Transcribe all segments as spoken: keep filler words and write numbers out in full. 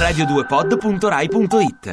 radio due pod punto rai punto it.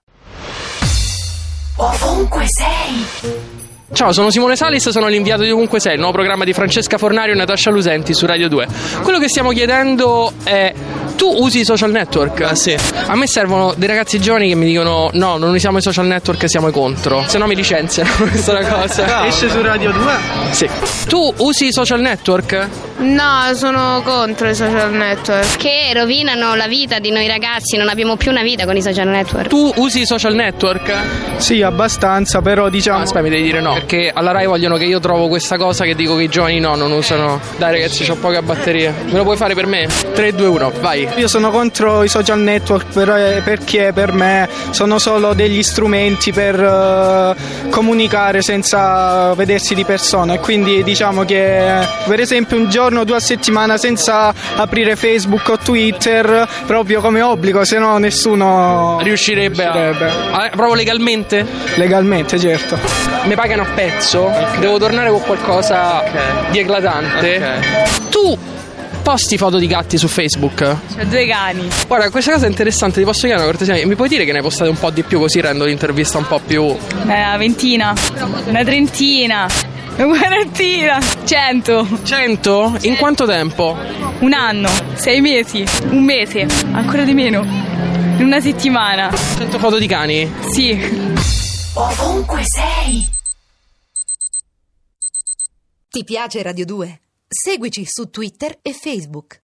Ovunque sei. Ciao, sono Simone Salis, sono l'inviato di Ovunque Sei, il nuovo programma di Francesca Fornario e Natascia Lusenti su Radio due. Quello che stiamo chiedendo è: tu usi i social network? Ah, sì. A me servono dei ragazzi giovani che mi dicono no, non usiamo i social network, siamo contro, se no mi licenziano. Questa è una cosa. Esce su Radio due? Sì. Tu usi i social network? No, sono contro i social network. Che rovinano la vita di noi ragazzi, non abbiamo più una vita con i social network. Tu usi i social network? Sì, abbastanza, però diciamo... Ah, aspetta, mi devi dire no, perché alla Rai vogliono che io trovo questa cosa che dico che i giovani no, non usano. Dai ragazzi, c'ho poca batteria. Me lo puoi fare per me? tre, due, uno, vai. Io sono contro i social network per, perché per me sono solo degli strumenti per uh, comunicare senza vedersi di persona, e quindi diciamo che per esempio un giorno due a settimana senza aprire Facebook o Twitter proprio come obbligo, se no nessuno riuscirebbe, riuscirebbe. A... a... proprio legalmente? Legalmente, certo. Mi pagano a pezzo, okay. Devo tornare con qualcosa okay. di eclatante. Okay. Tu posti foto di gatti su Facebook? C'ho due cani. Guarda, questa cosa è interessante, ti posso chiedere una cortesia? Mi puoi dire che ne hai postate un po' di più, così rendo l'intervista un po' più... Eh, una ventina, una trentina, una quarantina, cento. Cento? In quanto tempo? Un anno, sei mesi, un mese, ancora di meno, in una settimana. Cento foto di cani? Sì. Ovunque sei. Ti piace Radio due? Seguici su Twitter e Facebook.